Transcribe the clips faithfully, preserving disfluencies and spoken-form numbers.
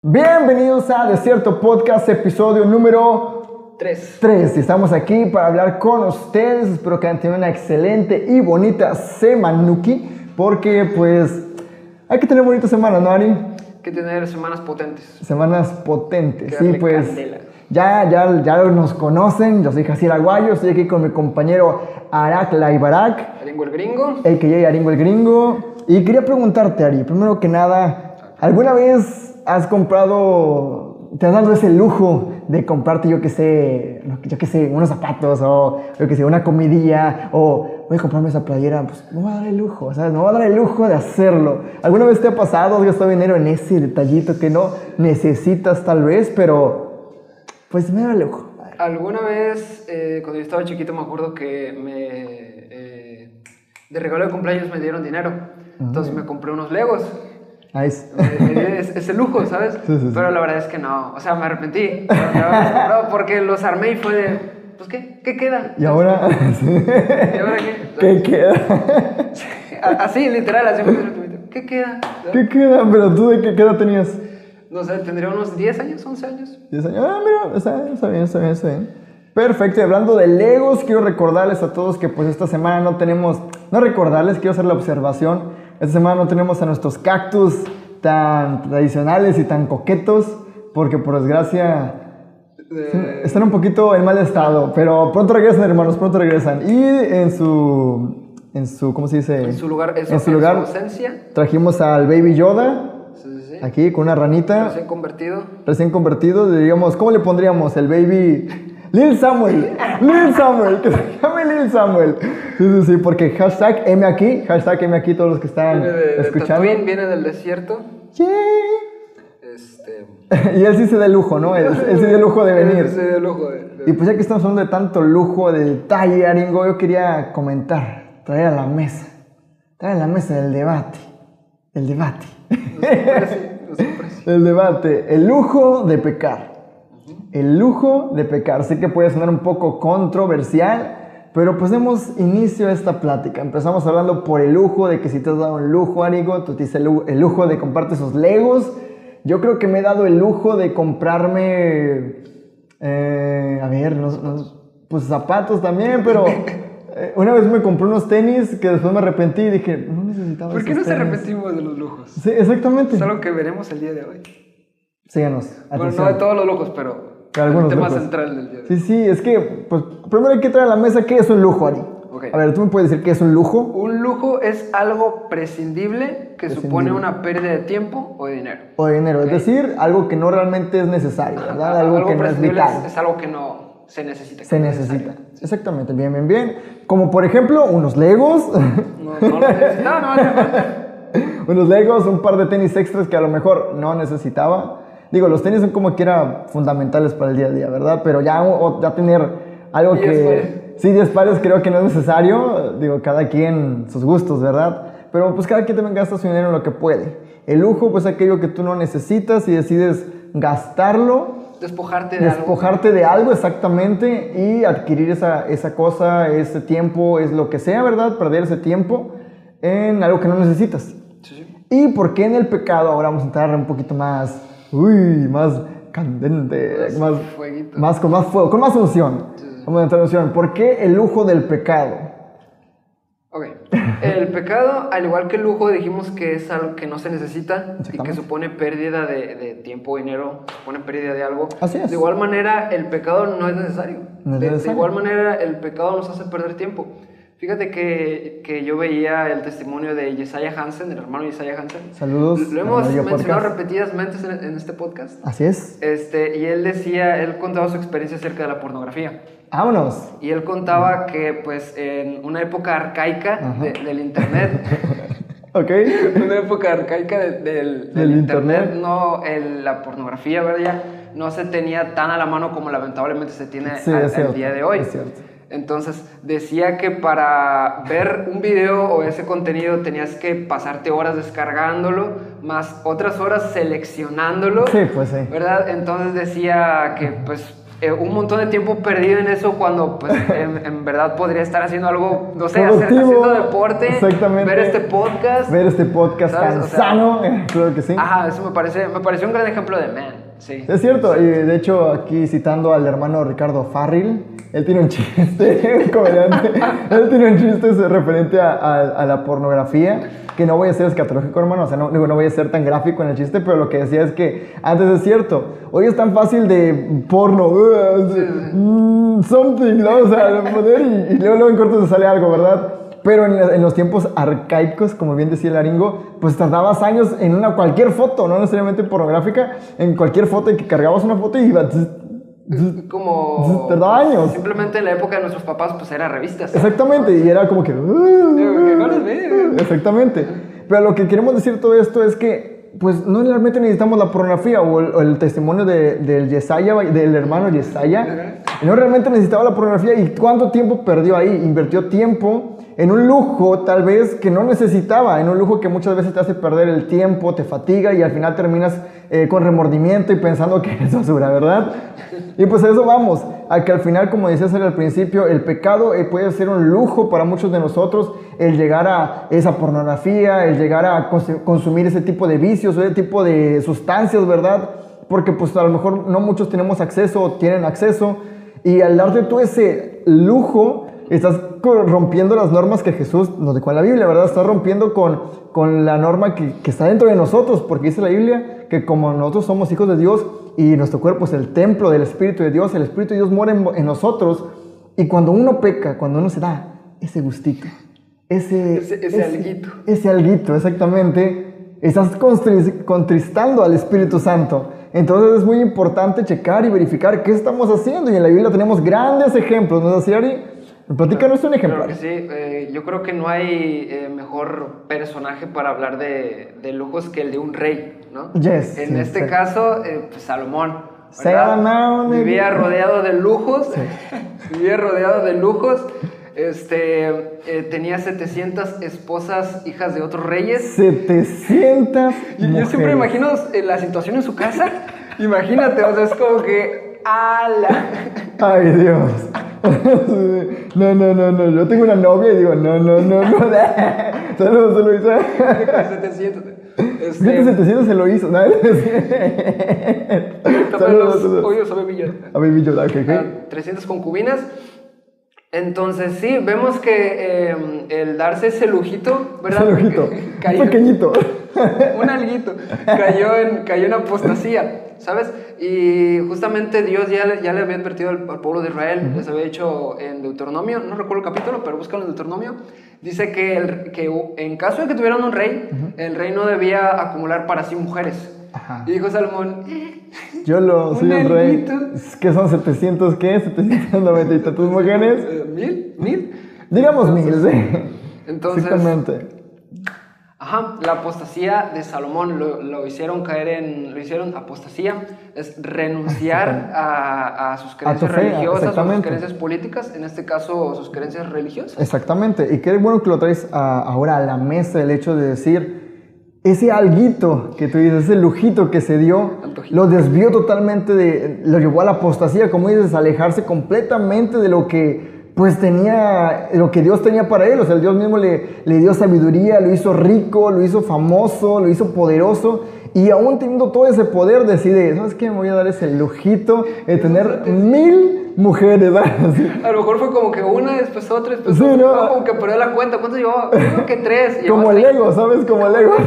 Bienvenidos a Desierto Podcast, episodio número tres. tres. Estamos aquí para hablar con ustedes. Espero que hayan tenido una excelente y bonita semanuki, porque pues hay que tener bonitas semanas, ¿no, Ari? Hay que tener semanas potentes. Semanas potentes, Que sí, darle pues candela. ya, ya, ya nos conocen. Yo soy Jaciel Aguayo, estoy aquí con mi compañero Arak Laibarak, Aringo el gringo. a k a. Aringo el Gringo. Y quería preguntarte, Ari, primero que nada, ¿alguna vez has comprado, te has dado ese lujo de comprarte, yo que sé, yo que sé, unos zapatos o yo que sé, una comidilla o voy a comprarme esa playera? Pues me voy a dar el lujo, ¿sabes? Me voy a dar el lujo de hacerlo. ¿Alguna vez te ha pasado? Has gastado dinero en ese detallito que no necesitas tal vez, pero pues me da el lujo. Alguna vez, eh, cuando yo estaba chiquito, me acuerdo que me, eh, de regalo de cumpleaños me dieron dinero. Entonces me compré unos Legos. Nice. Me, me di ese, ese lujo, ¿sabes? Sí, sí, sí. Pero la verdad es que no. O sea, me arrepentí. No, no, porque los armé y fue de, pues, ¿qué? ¿Qué queda? Y ahora, sí. ¿Y ahora qué? ¿Qué queda? Así, literal, así fue. ¿Qué queda? ¿Qué queda? Pero tú, ¿de qué edad tenías? No sé, tendría unos diez años, once años. diez años. Ah, mira, está, está bien, está bien, está bien. Perfecto, y hablando de Legos, quiero recordarles a todos que pues esta semana no tenemos, no recordarles, quiero hacer la observación, esta semana no tenemos a nuestros cactus tan tradicionales y tan coquetos, porque por desgracia Eh, están un poquito en mal estado, pero pronto regresan, hermanos, pronto regresan. Y en su, en su, ¿cómo se dice? En su lugar, eso, en su lugar, en su ausencia. trajimos al Baby Yoda, Sí, sí, sí. aquí con una ranita. Recién convertido. Recién convertido, diríamos, ¿cómo le pondríamos? El baby Lil Samuel, Lil Samuel, que se llame Lil Samuel. Sí, sí, sí, porque hashtag M aquí, hashtag M aquí todos los que están Viene de, de escuchando. Tatooine, viene del desierto. Yeah. Este, Y él sí se da el lujo, ¿no? Él, él se dio el lujo de venir. Se dio el lujo de, de- Y pues ya que estamos hablando de tanto lujo, de detalle, Aringo, yo quería comentar, traer a la mesa, traer a la mesa del debate, el debate. no sé, parece, no sé, parece. El debate, el lujo de pecar. El lujo de pecar. Sé que puede sonar un poco controversial, pero pues demos inicio a esta plática. Empezamos hablando por el lujo de que si te has dado un lujo, Arigo, tú te dices el, lu- el lujo de comprarte esos Legos. Yo creo que me he dado el lujo de comprarme, eh, a ver, no- no- pues zapatos también, pero eh, una vez me compré unos tenis que después me arrepentí y dije, no necesitaba ¿Por qué esos nos tenis. arrepentimos de los lujos? Sí, exactamente. Es algo que veremos el día de hoy. Síganos. Bueno, atención. no de todos los lujos, pero Pero algunos el tema lujos. central del día de hoy. Sí, sí, es que, pues, primero hay que traer a la mesa qué es un lujo, Ari. Ok. A ver, ¿tú me puedes decir qué es un lujo? Un lujo es algo prescindible que Prescindible. supone una pérdida de tiempo o de dinero. O de dinero, Ok. es decir, algo que no realmente es necesario, ¿verdad? Algo, que no es prescindible vital. es, es algo que no se necesita. que Se no es necesita. necesario. Exactamente, bien, bien, bien. Como por ejemplo, unos Legos, No, no lo necesitaba, no hace falta. unos Legos, un par de tenis extras que a lo mejor no necesitaba. Digo, los tenis son como quiera fundamentales para el día a día, ¿verdad? Pero ya, o- ya tener algo Diez que... pares. Sí, diez pares creo que no es necesario. Digo, cada quien sus gustos, ¿verdad? Pero pues cada quien también gasta su dinero en lo que puede. El lujo, pues aquello que tú no necesitas y decides gastarlo, Despojarte de algo. despojarte de algo exactamente y adquirir esa, esa cosa, ese tiempo, es lo que sea, ¿verdad? Perder ese tiempo en algo que no necesitas. Sí, sí. ¿Y por qué en el pecado? Ahora vamos a entrar un poquito más, uy, más candente, Más más, fueguito. más con más fuego, con más unción. Sí, sí. Vamos a entrar en unción. ¿Por qué el lujo del pecado? Ok. El pecado, al igual que el lujo, dijimos que es algo que no se necesita y que Exactamente. supone pérdida de, de tiempo o dinero, supone pérdida de algo. Así es. De igual manera, el pecado no es necesario. No es de, de necesario. igual manera, el pecado nos hace perder tiempo. Fíjate que, que yo veía el testimonio de Jesiah Hansen, del hermano Jesiah Hansen. Saludos. Lo hemos al Radio mencionado Podcast. repetidas veces en, en este podcast. Así es. Este, y él decía, él contaba su experiencia acerca de la pornografía. Vámonos. Y él contaba que, pues, en una época arcaica de- del internet, ¿Ok? en una época arcaica de- del, del Del internet, internet. no, el- la pornografía, ¿verdad? Ya no se tenía tan a la mano como lamentablemente se tiene Sí, al, es al cierto, día de hoy. es cierto. Entonces, decía que para ver un video o ese contenido tenías que pasarte horas descargándolo, más otras horas seleccionándolo. Sí, pues sí. ¿Verdad? Entonces decía que, pues, eh, un montón de tiempo perdido en eso cuando pues en, en verdad podría estar haciendo algo, no sé, hacer, haciendo deporte, ver este podcast. Ver este podcast tan o sea, sano, claro que sí. Ajá, eso me parece, me pareció un gran ejemplo de man. Sí. Es cierto, sí. Y de hecho aquí citando al hermano Ricardo Farril, él tiene un chiste, un comediante, él tiene un chiste referente a, a, a la pornografía, que no voy a ser escatológico, hermano, o sea, no, no voy a ser tan gráfico en el chiste, pero lo que decía es que antes es cierto, hoy es tan fácil de porno, uh, sí. mm, something, ¿no? O sea, poder y, y luego, luego en corto te sale algo, ¿verdad? Pero en, en los tiempos arcaicos, como bien decía el Laringo, pues tardabas años en una cualquier foto, no necesariamente pornográfica, en cualquier foto y que cargabas una foto y iba... Como... tardaba años. Simplemente en la época de nuestros papás, pues era revistas. Exactamente, y era como que... Uh, que no las ve. Exactamente. Pero lo que queremos decir todo esto es que, pues no realmente necesitamos la pornografía o el, o el testimonio de, del Yesaya, del hermano Yesaya. No realmente necesitaba la pornografía. ¿Y cuánto tiempo perdió ahí? Invirtió tiempo en un lujo tal vez que no necesitaba, en un lujo que muchas veces te hace perder el tiempo, te fatiga y al final terminas eh, con remordimiento y pensando que es basura, ¿verdad? Y pues a eso vamos, a que al final, como decías al principio, el pecado eh, puede ser un lujo para muchos de nosotros, el llegar a esa pornografía, el llegar a cons- consumir ese tipo de vicios, ese tipo de sustancias, ¿verdad? Porque pues a lo mejor no muchos tenemos acceso o tienen acceso, y al darte tú ese lujo, estás rompiendo las normas que Jesús nos dejó en la Biblia, ¿verdad? Estás rompiendo con, con la norma que, que está dentro de nosotros, porque dice la Biblia que como nosotros somos hijos de Dios y nuestro cuerpo es el templo del Espíritu de Dios, el Espíritu de Dios mora en, en nosotros, y cuando uno peca, cuando uno se da ese gustito, ese, ese, ese, ese alguito, ese alguito, exactamente, estás contristando al Espíritu Santo. Entonces es muy importante checar y verificar qué estamos haciendo, y en la Biblia tenemos grandes ejemplos, ¿no es así, Ari? Platícanos un ejemplo. Claro que sí, eh, yo creo que no hay eh, mejor personaje para hablar de, de lujos que el de un rey, ¿no? Yes, en sí, este sí. caso, eh, pues Salomón, Salomón vivía rodeado de lujos, sí. vivía rodeado de lujos, este, eh, tenía setecientas esposas, hijas de otros reyes. setecientas Y yo siempre imagino eh, la situación en su casa, imagínate, o sea, es como que, ¡ala! ¡Ay, Dios! No, no, no, no, yo tengo una novia y digo, no, no, no, no. Saludos, se lo hizo. setecientos. Este... setecientos se lo hizo, ¿no? Saludos, saludos. Oye, a Baby Yoda. A Baby Yoda, ok, ok. Uh, trescientas concubinas. Entonces, sí, vemos que eh, el darse ese lujito, ¿verdad? Ese lujito, cayó, un pequeñito. Un alguito. Cayó en, cayó en apostasía, ¿sabes? Y justamente Dios ya, ya le había advertido al, al pueblo de Israel, uh-huh. les había dicho en Deuteronomio, no recuerdo el capítulo, pero búscalo en Deuteronomio, dice que, el, que en caso de que tuvieran un rey, uh-huh. el rey no debía acumular para sí mujeres. Ajá. Y dijo Salomón, yo lo soy el rey. ¿Qué son setecientos qué? setecientos noventa y tantas mujeres. ¿Mil? ¿Mil? Digamos entonces, mil, sí. Entonces, exactamente. Ajá, la apostasía de Salomón lo, lo hicieron caer en, lo hicieron apostasía, es renunciar a, a sus creencias a fe, religiosas o a sus creencias políticas, en este caso sus creencias religiosas. Exactamente, y qué bueno que lo traes a, ahora a la mesa, el hecho de decir, ese alguito que tú dices, ese lujito que se dio, Antojito. Lo desvió totalmente, de, lo llevó a la apostasía, como dices, alejarse completamente de lo que pues tenía, lo que Dios tenía para él. O sea, Dios mismo le, le dio sabiduría, lo hizo rico, lo hizo famoso, lo hizo poderoso, y aún teniendo todo ese poder decide, ¿sabes qué? Me voy a dar ese lujito de tener mil mujeres. ¿Sí? A lo mejor fue como que una, después otra, después sí, otra, ¿no? como que perdió la cuenta. ¿Cuánto llevaba? Creo que tres. Como el Lego, ¿sabes? Como el Lego.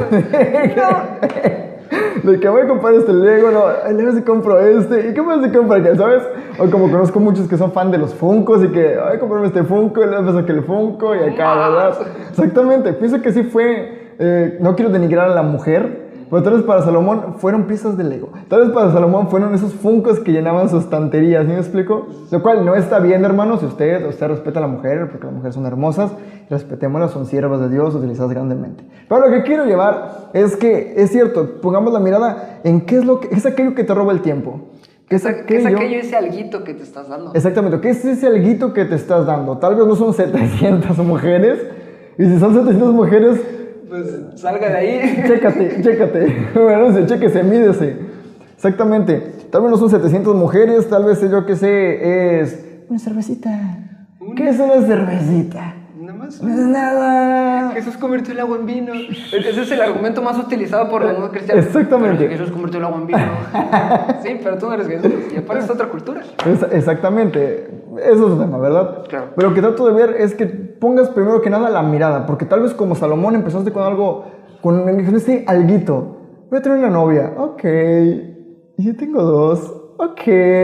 De que voy a comprar este Lego, no, a ver si compro este, y qué más si compro aquel, ¿sabes? O como conozco muchos que son fan de los Funkos y que, ay, comprarme este Funko, y luego pasa que el Funko y acá, ¿verdad? Exactamente, pienso que sí fue, eh, no quiero denigrar a la mujer, pero tal vez para Salomón fueron piezas de Lego. Tal vez para Salomón fueron esos Funkos que llenaban sus estanterías, ¿sí me explico? Lo cual no está bien, hermanos, si usted, usted respeta a la mujer, porque las mujeres son hermosas, respetémoslas, son siervas de Dios, utilizadas grandemente. Pero lo que quiero llevar es que, es cierto, pongamos la mirada en qué es, lo que, es aquello que te roba el tiempo. ¿Qué es aquello? ¿Qué es aquello, ese alguito que te estás dando? Exactamente, ¿qué es ese alguito que te estás dando? Tal vez no son setecientas mujeres, y si son setecientas mujeres, pues salga de ahí. Chécate, chécate. Bueno, se chéquese, mídese. Exactamente. tal vez no son setecientas mujeres, tal vez yo que sé, es una cervecita. ¿Qué es una cervecita? Nada más. No es nada. Jesús convirtió el agua en vino. Ese es el argumento más utilizado por los no cristianos. Exactamente. Pero Jesús convirtió el agua en vino. Sí, pero tú no eres Jesús. Y aparte es otra cultura. Es, exactamente. Eso es un tema, ¿verdad? Claro. Pero lo que trato de ver es que pongas primero que nada la mirada. Porque tal vez como Salomón empezaste con algo, con ese alguito. Voy a tener una novia. Ok. ¿Y si tengo dos? Ok.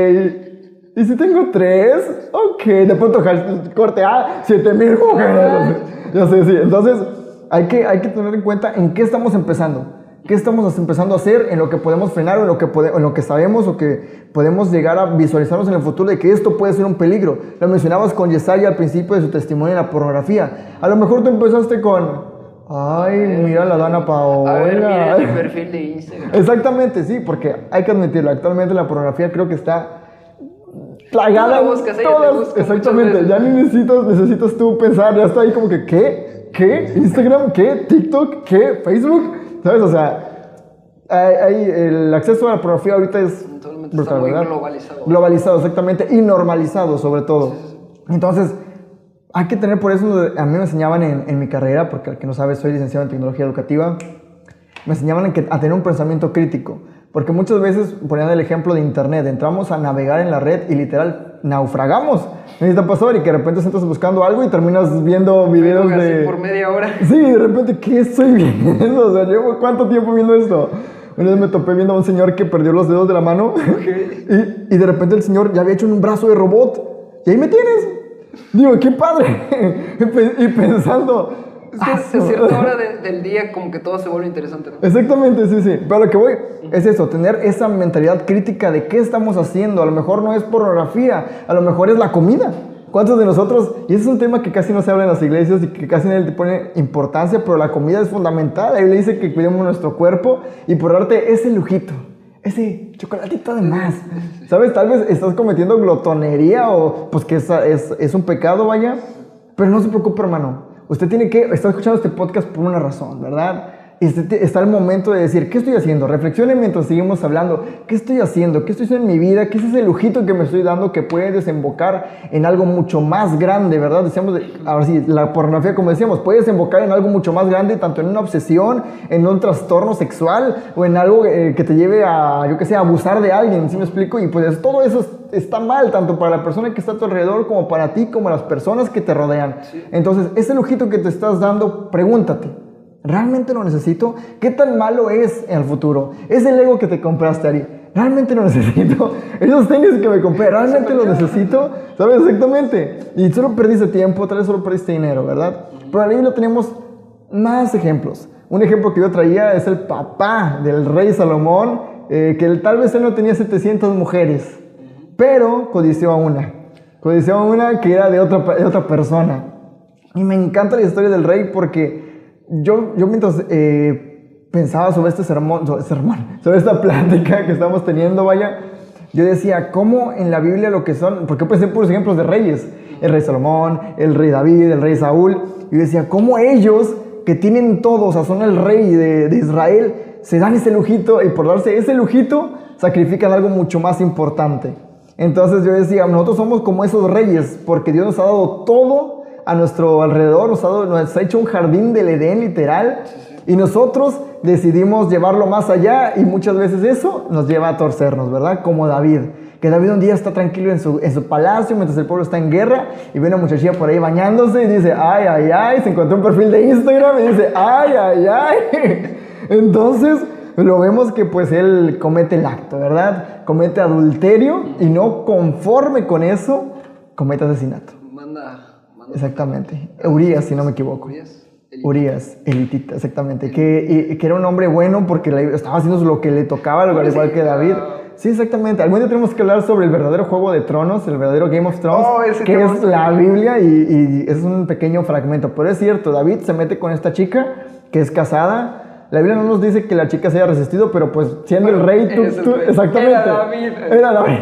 ¿Y si tengo tres? Ok. De pronto corte a siete mil mujeres. Ya sé, sí. Entonces, hay que, hay que tener en cuenta en qué estamos empezando. ¿Qué estamos empezando a hacer? En lo que podemos frenar o en lo que, pode, en lo que sabemos o que podemos llegar a visualizarnos en el futuro de que esto puede ser un peligro. Lo mencionabas con Yesaya al principio de su testimonio en la pornografía. A lo mejor tú empezaste con... Ay, mira la Dana Paola. A ver, mira el perfil de Instagram. Exactamente, sí, porque hay que admitirlo. Actualmente la pornografía creo que está plagada. Tú la buscas, ella todas, te busca exactamente, ya ni necesitas, necesitas tú pensar, ya está ahí como que, ¿qué? ¿Qué? ¿Instagram? ¿Qué? ¿TikTok? ¿Qué? ¿Facebook? ¿Sabes? O sea, hay, hay, el acceso a la pornografía ahorita es Totalmente, está muy globalizado. Globalizado, exactamente, y normalizado sobre todo. Sí, sí, sí. Entonces, hay que tener por eso, a mí me enseñaban en, en mi carrera, porque al que no sabe soy licenciado en tecnología educativa, me enseñaban que, a tener un pensamiento crítico, porque muchas veces ponían el ejemplo de internet, entramos a navegar en la red y literal naufragamos. ¿Qué te pasó? Y que de repente estás buscando algo y terminas viendo videos de... por media hora. Sí, de repente, ¿qué estoy viendo? O sea, llevo cuánto tiempo viendo esto. Una vez me topé viendo a un señor que perdió los dedos de la mano Okay. y, y de repente el señor ya había hecho un brazo de robot y ahí me tienes. Digo, qué padre. Y pensando... Es que a cierta hora de, del día como que todo se vuelve interesante, ¿no? Exactamente, sí, sí. Pero lo que voy es eso, tener esa mentalidad crítica de qué estamos haciendo. A lo mejor no es pornografía, a lo mejor es la comida. ¿Cuántos de nosotros? Y ese es un tema que casi no se habla en las iglesias y que casi nadie le pone importancia, pero la comida es fundamental. La Biblia dice que cuidemos nuestro cuerpo y por darte ese lujito, ese chocolatito de más. ¿Sabes? Tal vez estás cometiendo glotonería o pues que es, es, es un pecado, vaya. Pero no se preocupe, hermano. Usted tiene que estar escuchando este podcast por una razón, ¿verdad? Y está el momento de decir, ¿qué estoy haciendo? Reflexione mientras seguimos hablando. ¿Qué estoy haciendo? ¿Qué estoy haciendo en mi vida? ¿Qué es ese lujito que me estoy dando que puede desembocar en algo mucho más grande, ¿verdad? Decíamos, ahora sí, la pornografía, como decíamos, puede desembocar en algo mucho más grande, tanto en una obsesión, en un trastorno sexual o en algo eh, que te lleve a, yo qué sé, a abusar de alguien, ¿sí me explico? Y pues todo eso está mal, tanto para la persona que está a tu alrededor como para ti, como las personas que te rodean. Sí. Entonces, ese lujito que te estás dando, pregúntate, ¿realmente lo necesito? ¿Qué tan malo es en el futuro? Es el ego que te compraste, Ari. ¿Realmente lo necesito? Esos tenis que me compré, ¿realmente lo necesito? ¿Sabes? Exactamente. Y solo perdiste tiempo, tal vez solo perdiste dinero, ¿verdad? Pero ahí lo tenemos más ejemplos. Un ejemplo que yo traía es el papá del rey Salomón, eh, que tal vez él no tenía setecientas mujeres, pero codició a una. Codició a una que era de otra, de otra persona. Y me encanta la historia del rey porque... Yo, yo mientras eh, pensaba sobre este sermón, sobre, sermón, sobre esta plática que estamos teniendo, vaya, yo decía, ¿cómo en la Biblia lo que son? Porque yo pensé en puros ejemplos de reyes, el rey Salomón, el rey David, el rey Saúl, y yo decía, ¿cómo ellos que tienen todo, o sea, son el rey de, de Israel, se dan ese lujito y por darse ese lujito sacrifican algo mucho más importante? Entonces yo decía, nosotros somos como esos reyes, porque Dios nos ha dado todo a nuestro alrededor, nos ha, dado, nos ha hecho un jardín del Edén literal, sí, sí. Y nosotros decidimos llevarlo más allá y muchas veces eso nos lleva a torcernos, ¿verdad? Como David, que David un día está tranquilo en su, en su palacio mientras el pueblo está en guerra y ve una muchachilla por ahí bañándose y dice, ay, ay, ay, se encontró un perfil de Instagram y dice, ay, ay, ay. Entonces lo vemos que pues él comete el acto, ¿verdad? Comete adulterio y no conforme con eso, comete asesinato. Manda... Exactamente. Urias, si no me equivoco. Urias, Urias, elitita, exactamente. Que, y, que era un hombre bueno porque le, estaba haciendo lo que le tocaba, al igual que David. Sí, exactamente. Algún día tenemos que hablar sobre el verdadero Juego de Tronos, el verdadero Game of Thrones, oh, que es la Biblia y, y es un pequeño fragmento. Pero es cierto, David se mete con esta chica que es casada. La Biblia no nos dice que la chica se haya resistido, pero pues siendo bueno, el rey, tú, tú, rey. Exactamente. Era David. Era David.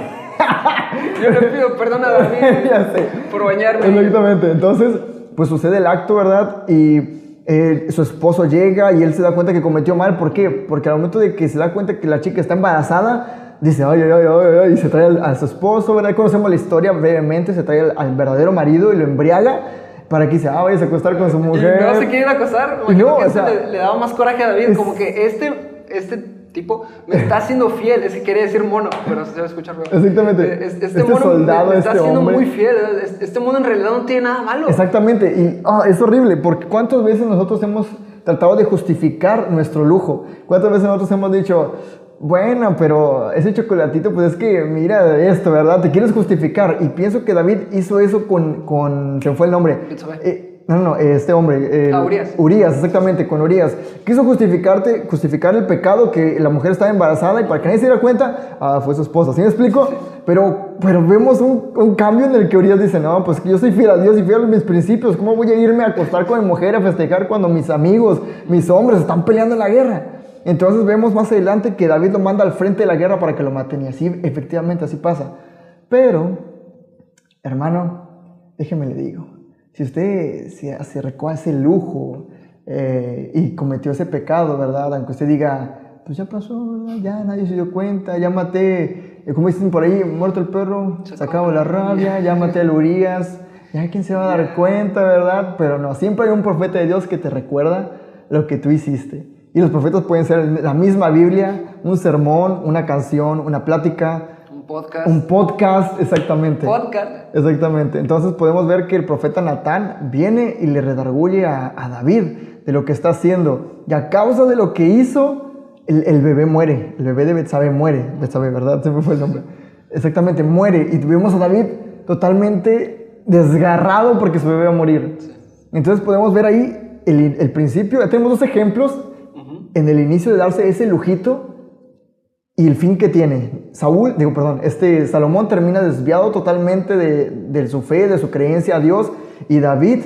Yo le pido perdón a David ya sé. por bañarme. Exactamente. Entonces, pues sucede el acto, ¿verdad? Y eh, su esposo llega y él se da cuenta que cometió mal. ¿Por qué? Porque al momento de que se da cuenta que la chica está embarazada, dice, ay, ay, ay, ay, ay, y se trae al- a su esposo, ¿verdad? Conocemos la historia brevemente, se trae al, al verdadero marido y lo embriaga para que dice, ah, vaya a acostar con su mujer. Y no se quieren acosar. Y no, que o eso sea, le, le daba más coraje a David, es- como que este, este tipo me está haciendo fiel. Es que quería decir mono, pero se debe escuchar feo. Exactamente. Eh, es- Este, Este mono me- soldado, me, está este haciendo hombre. muy fiel. Es- Este mono en realidad no tiene nada malo. Exactamente, y ah, es horrible, porque ¿cuántas veces nosotros hemos tratado de justificar nuestro lujo? ¿Cuántas veces nosotros hemos dicho, bueno, pero ese chocolatito, pues es que mira esto, ¿verdad? Te quieres justificar, y pienso que David hizo eso con, con se me fue el nombre. Betsabé. Eh, no, no, este hombre. eh, Ah, Urías. Urías, exactamente, con Urías. Quiso justificarte, justificar el pecado que la mujer estaba embarazada y para que nadie se diera cuenta, ah, fue su esposa. ¿Sí me explico? Pero, pero vemos un, un cambio en el que Urías dice, no, pues que yo soy fiel a Dios y fiel a mis principios. ¿Cómo voy a irme a acostar con mi mujer a festejar cuando mis amigos, mis hombres están peleando en la guerra? Entonces vemos más adelante que David lo manda al frente de la guerra para que lo maten. Y así, efectivamente, así pasa. Pero, hermano, déjeme le digo. Si usted se, se recuerda ese lujo eh, y cometió ese pecado, ¿verdad? Aunque usted diga, pues ya pasó, ¿verdad? Ya nadie se dio cuenta, ya maté, eh, como dicen por ahí, muerto el perro, se acabó la rabia, ya maté al Urías, ya quién se va a dar cuenta, ¿verdad? Pero no, siempre hay un profeta de Dios que te recuerda lo que tú hiciste. Y los profetas pueden ser la misma Biblia, un sermón, una canción, una plática, Un podcast. un podcast, exactamente. Podcast. Exactamente. Entonces podemos ver que el profeta Natán viene y le redarguye a, a David de lo que está haciendo. Y a causa de lo que hizo, el, el bebé muere. El bebé de Betsabé muere. Betsabé, ¿verdad? Se me fue el nombre. Exactamente, muere. Y tuvimos a David totalmente desgarrado porque su bebé va a morir. Entonces podemos ver ahí el, el principio. Ya tenemos dos ejemplos Ujú. en el inicio de darse ese lujito y el fin que tiene. Saúl, digo, perdón, este Salomón termina desviado totalmente de, de su fe, de su creencia a Dios, y David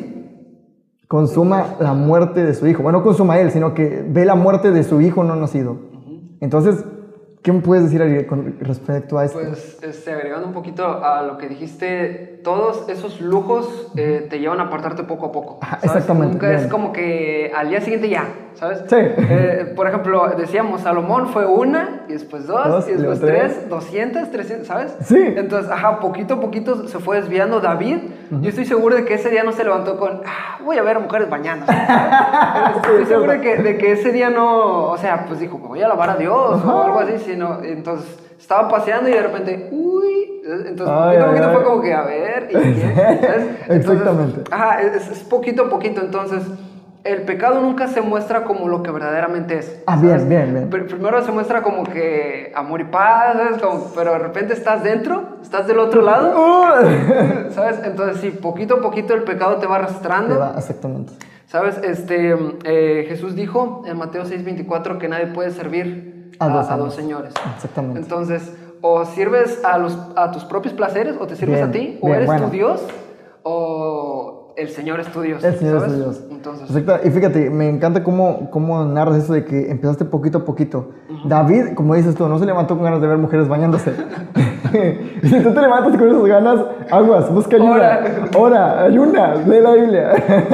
consuma la muerte de su hijo. Bueno, no consuma él, sino que ve la muerte de su hijo no nacido. Entonces, ¿qué me puedes decir Ariel, con respecto a esto? Pues este, agregando un poquito a lo que dijiste, todos esos lujos eh, te llevan a apartarte poco a poco. Ajá, ¿sabes? exactamente, Nunca bien. es como que al día siguiente ya, ¿sabes? Sí. Eh, por ejemplo, decíamos, Salomón fue una, y después dos, Dos, y y luego después tres, tres. doscientas, trescientas, ¿sabes? Sí. Entonces, ajá, poquito a poquito se fue desviando David. Yo estoy seguro de que ese día no se levantó con, ah, voy a ver a mujeres bañándose. Estoy Sí, seguro de cierto. que, de que ese día no, o sea, pues dijo, voy a alabar a Dios Ajá. o algo así, sino, entonces estaba paseando y de repente, uy, entonces Ay, poquito a ay, poquito ay. fue como que, a ver, ¿y quién? ¿Sabes? Entonces, Exactamente. Ajá, es, es poquito a poquito, entonces el pecado nunca se muestra como lo que verdaderamente es. Ah, ¿sabes? bien, bien, bien. Pr- Primero se muestra como que amor y paz, ¿sabes? Como, pero de repente estás dentro, estás del otro lado, Uh. ¿sabes? Entonces sí, poquito a poquito el pecado te va arrastrando. Te va, exactamente. ¿Sabes? Este, eh, Jesús dijo en Mateo seis veinticuatro que nadie puede servir A a, dos a amos. dos señores. Exactamente. Entonces, o sirves a, los, a tus propios placeres, o te sirves Bien, a ti, o bien, eres bueno. tu Dios, o el Señor es tu Dios. El Señor ¿sabes? es tu Dios. Entonces, Exacto. Y fíjate, me encanta cómo, cómo narras eso de que empezaste poquito a poquito. David, como dices tú, no se levantó con ganas de ver mujeres bañándose. Y si tú te levantas con esas ganas, aguas, busca ayuda. Ora. Ora, ayuna, lee la Biblia.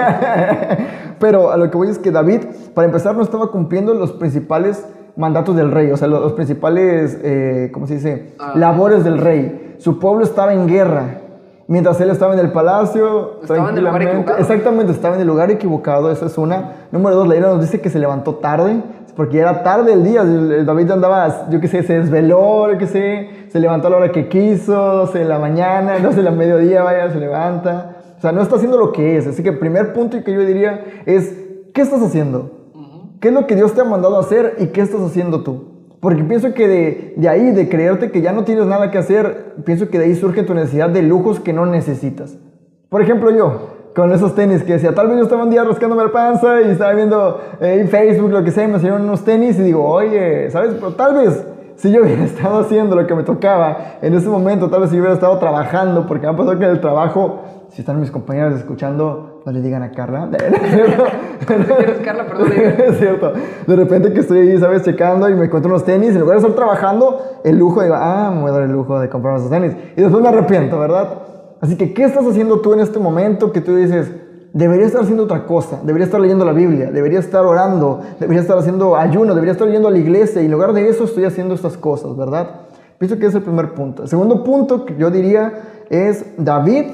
Pero a lo que voy es que David, para empezar, no estaba cumpliendo los principales mandatos del rey, o sea, los, los principales, eh, ¿cómo se dice? Ah. Labores del rey. Su pueblo estaba en guerra. Mientras él estaba en el palacio, Estaba en el lugar tranquilamente. equivocado. Exactamente, estaba en el lugar equivocado, esa es una. Número dos, la Biblia nos dice que se levantó tarde, porque ya era tarde el día. El, el David andaba, yo qué sé, se desveló, yo qué sé, se levantó a la hora que quiso, doce de la mañana, doce de la mediodía, vaya, se levanta. O sea, no está haciendo lo que es. Así que el primer punto que yo diría es, ¿qué estás haciendo? ¿Qué es lo que Dios te ha mandado a hacer y qué estás haciendo tú? Porque pienso que de, de ahí, de creerte que ya no tienes nada que hacer, pienso que de ahí surge tu necesidad de lujos que no necesitas. Por ejemplo, yo, con esos tenis que decía, tal vez yo estaba un día rascándome la panza y estaba viendo eh, en Facebook, lo que sea, y me salieron unos tenis y digo, oye, ¿sabes? Pero tal vez si yo hubiera estado haciendo lo que me tocaba en ese momento, tal vez si yo hubiera estado trabajando, porque me ha pasado que en el trabajo, si están mis compañeros escuchando, no le digan a Carla. si quieres, Carla, perdón. Es cierto. De repente que estoy ahí, ¿sabes? Checando y me encuentro unos tenis. En lugar de estar trabajando, el lujo, digo, ah, me voy a dar el lujo de comprarme esos tenis. Y después me arrepiento, ¿verdad? Así que, ¿qué estás haciendo tú en este momento que tú dices, debería estar haciendo otra cosa? Debería estar leyendo la Biblia, debería estar orando, debería estar haciendo ayuno, debería estar yendo a la iglesia. Y en lugar de eso, estoy haciendo estas cosas, ¿verdad? Pienso que es el primer punto. El segundo punto que yo diría es David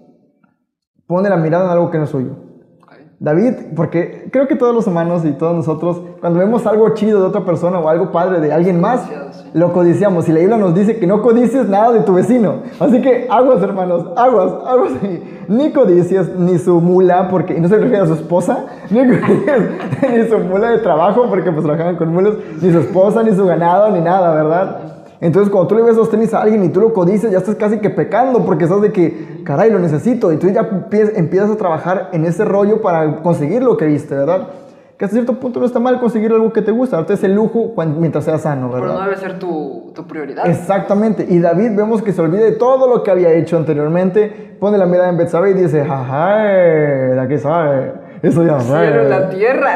pone la mirada en algo que no es suyo. David, porque creo que todos los humanos y todos nosotros, cuando vemos algo chido de otra persona o algo padre de alguien más, lo codiciamos. Y la Biblia nos dice que no codicies nada de tu vecino. Así que aguas, hermanos, aguas, aguas. Ni codicies ni su mula, porque, y no se refiere a su esposa, ni codicies ni su mula de trabajo, porque pues trabajaban con mulas, ni su esposa, ni su ganado, ni nada, ¿verdad? Entonces, cuando tú le ves los tenis a alguien y tú lo codices, ya estás casi que pecando, porque sabes de que, caray, lo necesito. Y tú ya empiezas a trabajar en ese rollo para conseguir lo que viste, ¿verdad? Que hasta cierto punto no está mal conseguir algo que te gusta. Ahorita es el lujo cuando, mientras sea sano, ¿verdad? Pero no debe ser tu, tu prioridad. Exactamente. Y David vemos que se olvida de todo lo que había hecho anteriormente. Pone la mirada en Betsabé y dice, jaja, ¿de qué sabe? Eso ya no sabe. Cielo en la tierra.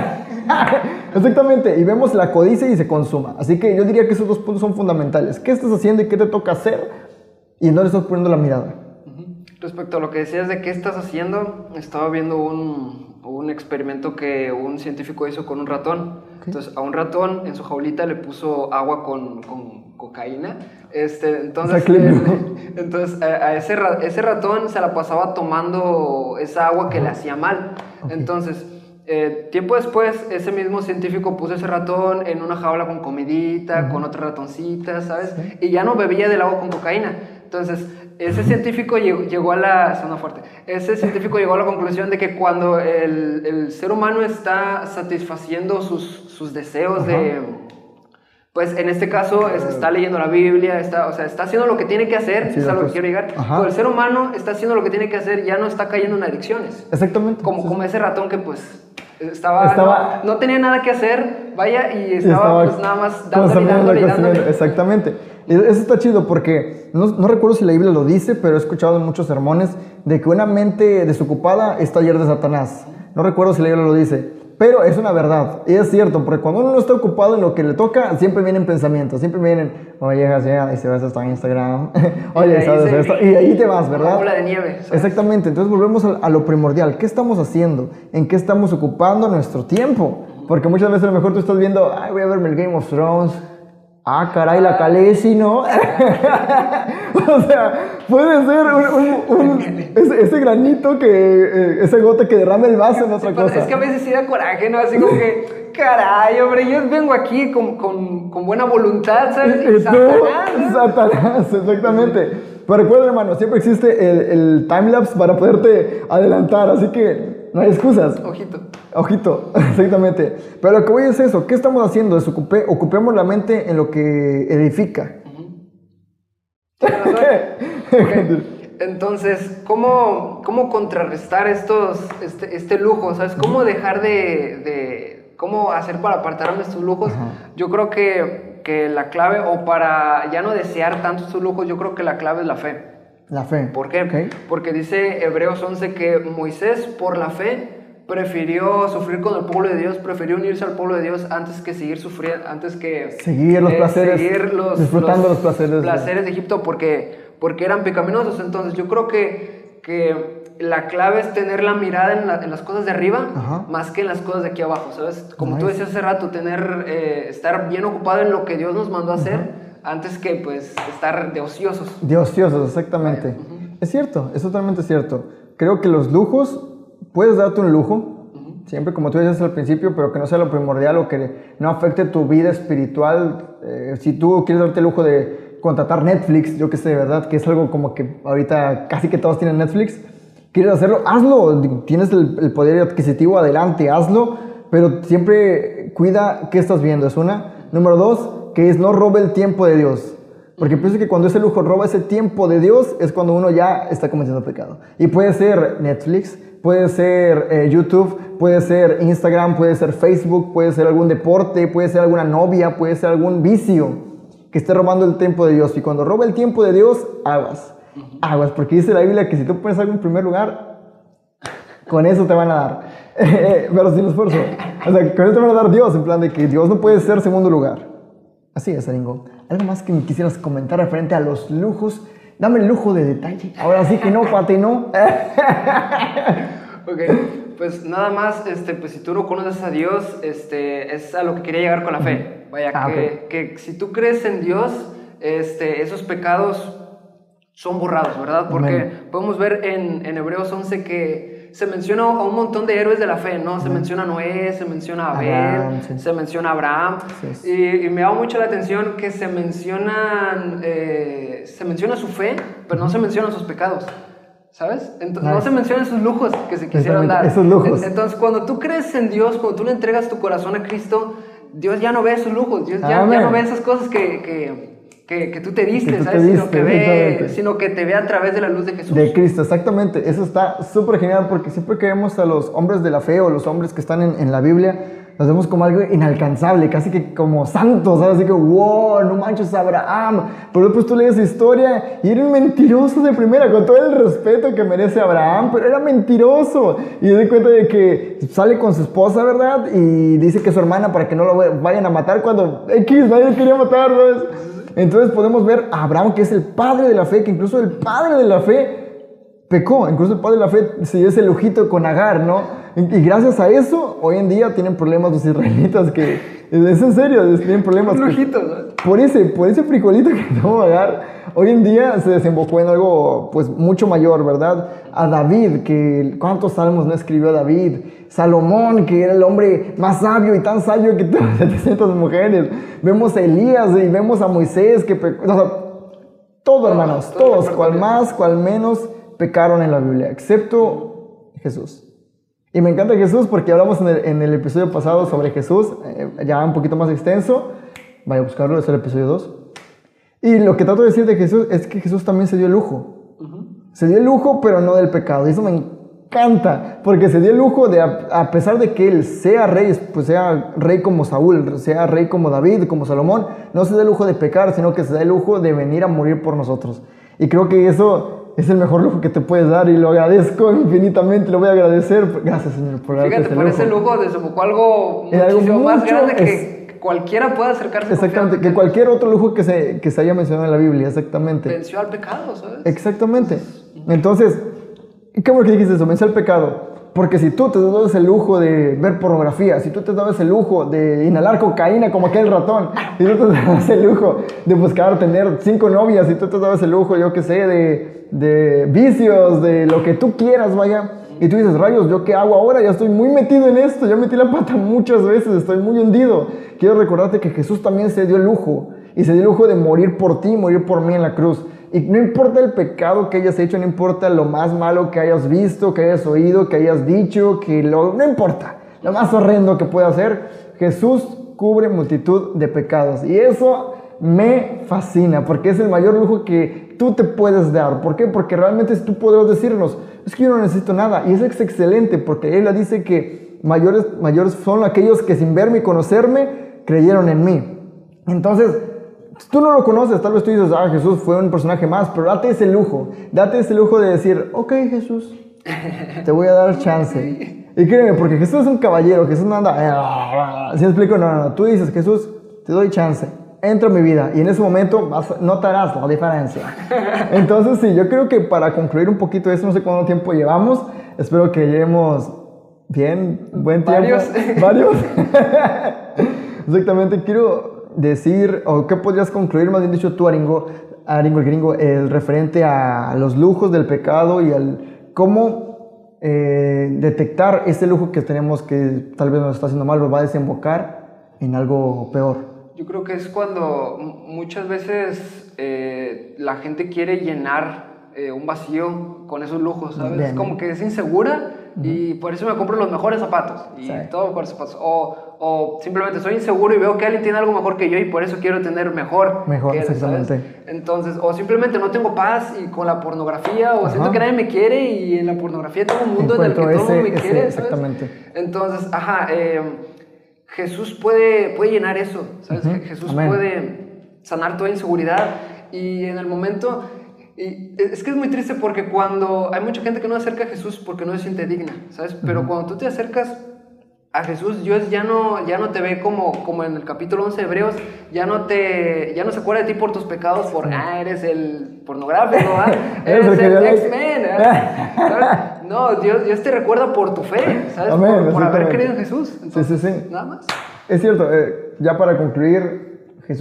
Exactamente, y vemos la codicia y se consuma. Así que yo diría que esos dos puntos son fundamentales. ¿Qué estás haciendo y qué te toca hacer? Y no le estás poniendo la mirada. Uh-huh. Respecto a lo que decías de qué estás haciendo, estaba viendo un, un experimento que un científico hizo con un ratón. Okay. Entonces, a un ratón en su jaulita le puso agua con, con cocaína. Este, entonces, el, entonces a, a ese, ese ratón se la pasaba tomando esa agua que uh-huh. le hacía mal. Okay. Entonces, Eh, tiempo después, ese mismo científico puso ese ratón en una jaula con comidita, uh-huh. con otra ratoncita, ¿sabes? Sí. Y ya no bebía del agua con cocaína. Entonces, ese científico llegó, llegó a la... Suena fuerte. Ese científico llegó a la conclusión de que cuando el, el ser humano está satisfaciendo sus, sus deseos uh-huh. de... Pues en este caso es, está leyendo la Biblia, está, o sea, está haciendo lo que tiene que hacer, sí, es a lo que quiero llegar. Ajá. Pero el ser humano está haciendo lo que tiene que hacer, ya no está cayendo en adicciones. Exactamente. Como, sí, como sí. ese ratón que pues estaba, estaba no, no tenía nada que hacer, vaya, y estaba, y estaba pues nada más dándole, dándole, dándole. Exactamente. Y eso está chido porque, no, no recuerdo si la Biblia lo dice, pero he escuchado en muchos sermones de que una mente desocupada es taller de Satanás. No recuerdo si la Biblia lo dice. Pero es una verdad, y es cierto, porque cuando uno no está ocupado en lo que le toca, siempre vienen pensamientos, siempre vienen, oye, ya, y se ves hasta en Instagram, oye, ¿sabes esto? Y ahí te vas, ¿verdad? Una bola de nieve. ¿Sabes? Exactamente, entonces volvemos a, a lo primordial, ¿qué estamos haciendo? ¿En qué estamos ocupando nuestro tiempo? Porque muchas veces a lo mejor tú estás viendo, ay, voy a verme el Game of Thrones. Ah, caray, la Khaleesi, ¿no? O sea, puede ser un, un, un, ese, ese granito que, eh, ese gota que derrame el vaso en otra sí, cosa. Es que a veces sí da coraje, ¿no? Así como que, caray, hombre, yo vengo aquí con, con, con buena voluntad, ¿sabes? Y Satanás, ¿no? Satanás, exactamente. Pero recuerda, hermano, siempre existe el, el timelapse para poderte adelantar, así que no hay excusas. Ojito. Ojito, exactamente. Pero lo que voy es eso, ¿qué estamos haciendo? Desocupe, ocupemos la mente en lo que edifica. Uh-huh. Okay. Entonces, ¿cómo, cómo contrarrestar estos, este, este lujo? ¿Sabes? ¿Cómo dejar de, de... ¿Cómo hacer para apartarnos de estos lujos? Uh-huh. Yo creo que, que la clave, o para ya no desear tanto estos lujos, yo creo que la clave es la fe. La fe. ¿Por qué? Okay. Porque dice Hebreos once que Moisés, por la fe, prefirió sufrir con el pueblo de Dios, prefirió unirse al pueblo de Dios antes que seguir sufriendo, antes que seguir los eh, placeres, seguir los, disfrutando los, los placeres, placeres de Egipto, porque, porque eran pecaminosos. Entonces yo creo que, que la clave es tener la mirada en, la, en las cosas de arriba, uh-huh. más que en las cosas de aquí abajo, ¿sabes? Como nice. Tú decías hace rato, tener, eh, estar bien ocupado en lo que Dios nos mandó a hacer, uh-huh. antes que pues estar de ociosos. De ociosos, exactamente. Uh-huh. Es cierto, es totalmente cierto. Creo que los lujos, puedes darte un lujo, uh-huh. siempre como tú dices al principio, pero que no sea lo primordial o que no afecte tu vida espiritual. Eh, si tú quieres darte el lujo de contratar Netflix, yo que sé, ¿verdad? Que es algo como que ahorita casi que todos tienen Netflix. ¿Quieres hacerlo? Hazlo. Tienes el, el poder adquisitivo, adelante, hazlo. Pero siempre cuida qué estás viendo, es una. Número dos, que es no robe el tiempo de Dios. Porque pienso que cuando ese lujo roba ese tiempo de Dios, es cuando uno ya está cometiendo pecado. Y puede ser Netflix, puede ser eh, YouTube, puede ser Instagram, puede ser Facebook, puede ser algún deporte, puede ser alguna novia, puede ser algún vicio que esté robando el tiempo de Dios. Y cuando roba el tiempo de Dios, aguas. Uh-huh. Aguas, porque dice la Biblia que si tú pones algo en primer lugar, con eso te van a dar. Pero sin esfuerzo. O sea, con eso te van a dar Dios, en plan de que Dios no puede ser segundo lugar. Así es, Aringo. ¿Algo más que me quisieras comentar referente a los lujos? Dame el lujo de detalle. Ahora sí que no, pate, no. Ok, pues nada más, este, pues si tú no conoces a Dios, este, es a lo que quería llegar con la fe. Vaya, ah, que, okay. que si tú crees en Dios, este, esos pecados son borrados, ¿verdad? Porque Amén. Podemos ver en, en Hebreos once que se menciona a un montón de héroes de la fe, ¿no? Se Amén. Menciona a Noé, se menciona a Abel, Abraham, sí. se menciona a Abraham. Sí, sí. Y, y me llama mucho la atención que se mencionan, eh, se menciona su fe, pero no se mencionan sus pecados. ¿Sabes? Entonces, nice. No se mencionan esos lujos que se quisieron dar. Esos lujos. Entonces, cuando tú crees en Dios, cuando tú le entregas tu corazón a Cristo, Dios ya no ve esos lujos, Dios ya, ya no ve esas cosas que, que, que, que tú te diste, tú ¿sabes? Te diste, sino, que ve, sino que te ve a través de la luz de Jesús. De Cristo, exactamente. Eso está súper genial porque siempre que vemos a los hombres de la fe o los hombres que están en, en la Biblia, los vemos como algo inalcanzable, casi que como santos, ¿sabes? Así que, wow, no manches, Abraham. Pero después tú lees su historia y era un mentiroso de primera, con todo el respeto que merece Abraham, pero era mentiroso. Y se da cuenta de que sale con su esposa, ¿verdad? Y dice que es su hermana para que no lo vayan a matar cuando X, nadie quería matar, ¿sabes? Entonces podemos ver a Abraham, que es el padre de la fe, que incluso el padre de la fe pecó, incluso el padre de la fe se dio ese lujito con Agar, ¿no? Y gracias a eso, hoy en día tienen problemas los israelitas, que es en serio, tienen problemas. Un lujito, ¿no? Por ese, por ese frijolito que tomó Agar, hoy en día se desembocó en algo pues mucho mayor, ¿verdad? A David, que cuántos salmos no escribió David. Salomón, que era el hombre más sabio y tan sabio que tuvo setecientas mujeres. Vemos a Elías y vemos a Moisés, que pecó. O sea, todo, hermanos, todos, cual más, cual menos, pecaron en la Biblia, excepto Jesús. Y me encanta Jesús porque hablamos en el, en el episodio pasado sobre Jesús, eh, ya un poquito más extenso. Vaya a buscarlo, es el episodio dos. Y lo que trato de decir de Jesús es que Jesús también se dio el lujo. Uh-huh. Se dio el lujo, pero no del pecado. Y eso me encanta, porque se dio el lujo de, a, a pesar de que él sea rey, pues sea rey como Saúl, sea rey como David, como Salomón, no se da el lujo de pecar, sino que se da el lujo de venir a morir por nosotros. Y creo que eso es el mejor lujo que te puedes dar y lo agradezco infinitamente, lo voy a agradecer. Gracias, Señor, por darte Fíjate, ese por lujo. ese lujo desembocó algo algo muchísimo mucho, más grande que es, cualquiera pueda acercarse. Exactamente, que cualquier otro lujo que se, que se haya mencionado en la Biblia, exactamente. Venció al pecado, ¿sabes? Exactamente. Entonces, ¿qué bueno que dijiste eso? Venció al pecado. Porque si tú te dabas el lujo de ver pornografía, si tú te dabas el lujo de inhalar cocaína como aquel ratón, si tú te dabas el lujo de buscar tener cinco novias, si tú te dabas el lujo, yo qué sé, de, de vicios, de lo que tú quieras, vaya, y tú dices, rayos, ¿yo qué hago ahora? Ya estoy muy metido en esto, ya metí la pata muchas veces, estoy muy hundido. Quiero recordarte que Jesús también se dio el lujo, y se dio el lujo de morir por ti, morir por mí en la cruz. Y no importa el pecado que hayas hecho, no importa lo más malo que hayas visto, que hayas oído, que hayas dicho, que lo, no importa, lo más horrendo que pueda hacer, Jesús cubre multitud de pecados. Y eso me fascina, porque es el mayor lujo que tú te puedes dar. ¿Por qué? Porque realmente tú podrás decirnos, es que yo no necesito nada. Y eso es excelente, porque Él dice que mayores, mayores son aquellos que sin verme y conocerme, creyeron en mí. Entonces, tú no lo conoces, tal vez tú dices, ah, Jesús fue un personaje más, pero date ese lujo, date ese lujo de decir, ok, Jesús, te voy a dar chance. Y créeme, porque Jesús es un caballero, Jesús no anda, ¿sí me explico? No, no, no, tú dices, Jesús, te doy chance, entra en mi vida, y en ese momento vas, notarás la diferencia. Entonces, sí, yo creo que para concluir un poquito eso, no sé cuánto tiempo llevamos, espero que llevemos bien, buen tiempo. ¿Varios? ¿Varios? Exactamente, quiero decir, o qué podrías concluir, más bien dicho tú, Aringo, Aringo el gringo, el referente a los lujos del pecado y al cómo eh, detectar ese lujo que tenemos que tal vez nos está haciendo mal, nos va a desembocar en algo peor. Yo creo que es cuando muchas veces eh, la gente quiere llenar eh, un vacío con esos lujos, ¿sabes? Bien, como bien. Que es insegura uh-huh. y por eso me compro los mejores zapatos y sí. todo mejores zapatos. O, o simplemente soy inseguro y veo que alguien tiene algo mejor que yo y por eso quiero tener mejor. Mejor, que él, exactamente. ¿sabes? Entonces, o simplemente no tengo paz y con la pornografía, o uh-huh. siento que nadie me quiere y en la pornografía tengo un mundo Encuentro en el que ese, todo el mundo me quiere, ese, ¿sabes? Exactamente. Entonces, ajá, eh, Jesús puede, puede llenar eso, ¿sabes? Uh-huh. Jesús Amén. Puede sanar toda inseguridad y en el momento... Y es que es muy triste porque cuando hay mucha gente que no se acerca a Jesús porque no se siente digna, ¿sabes? Pero uh-huh. cuando tú te acercas a Jesús, Dios ya no, ya no te ve como, como en el capítulo once de Hebreos, ya no, te, ya no se acuerda de ti por tus pecados, por, ah, eres el pornográfico, ¿ah? Eres el X-Men, ¿sabes? No, Dios, Dios te recuerda por tu fe, ¿sabes? Amén, por, por haber creído en Jesús. Entonces, sí, sí, sí. Nada más. Es cierto, eh, ya para concluir, Jesús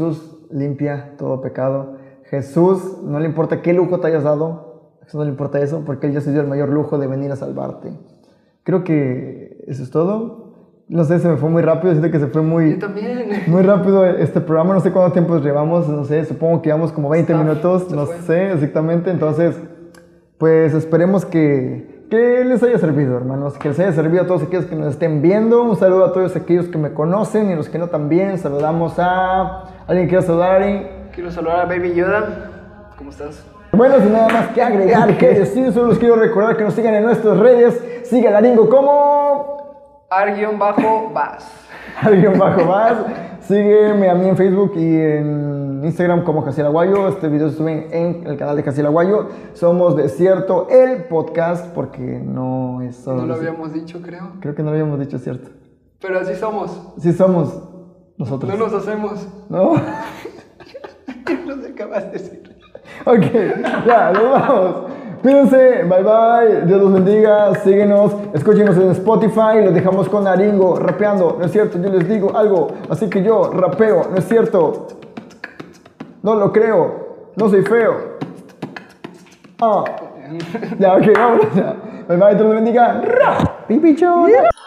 limpia todo pecado. Jesús, no le importa qué lujo te hayas dado, a Jesús no le importa eso, porque Él ya se dio el mayor lujo de venir a salvarte. Creo que eso es todo. No sé, se me fue muy rápido, siento que se fue muy, Yo también. muy rápido este programa. No sé cuánto tiempo llevamos, no sé, supongo que llevamos como veinte Está, minutos, se no fue. sé exactamente. Entonces, pues esperemos que, que les haya servido, hermanos, que les haya servido a todos aquellos que nos estén viendo. Un saludo a todos aquellos que me conocen y los que no también. Saludamos a... ¿Alguien quiere saludar, Ari? Quiero saludar a Baby Yoda. ¿Cómo estás? Bueno, sin nada más que agregar, que decir, solo les quiero recordar que nos sigan en nuestras redes. Siga Laringo como... Ar-Bas. Alguien bajo más. Sígueme a mí en Facebook y en Instagram como Jaciel Aguayo. Este video se sube en el canal de Jaciel Aguayo. Somos Desierto, el podcast, porque no es solo... No lo habíamos dicho, creo. Creo que no lo habíamos dicho, es cierto. Pero así somos. Sí somos nosotros. No nos hacemos. ¿No? Nos acabas de decir. Ok, ya, nos vamos. Cuídense, bye bye, Dios los bendiga, síguenos, escúchenos en Spotify, los dejamos con Laringo rapeando, no es cierto, yo les digo algo, así que yo rapeo, no es cierto, no lo creo, no soy feo. Ah, ya, ok, vamos, ya. Bye bye, Dios los bendiga. Pipichón.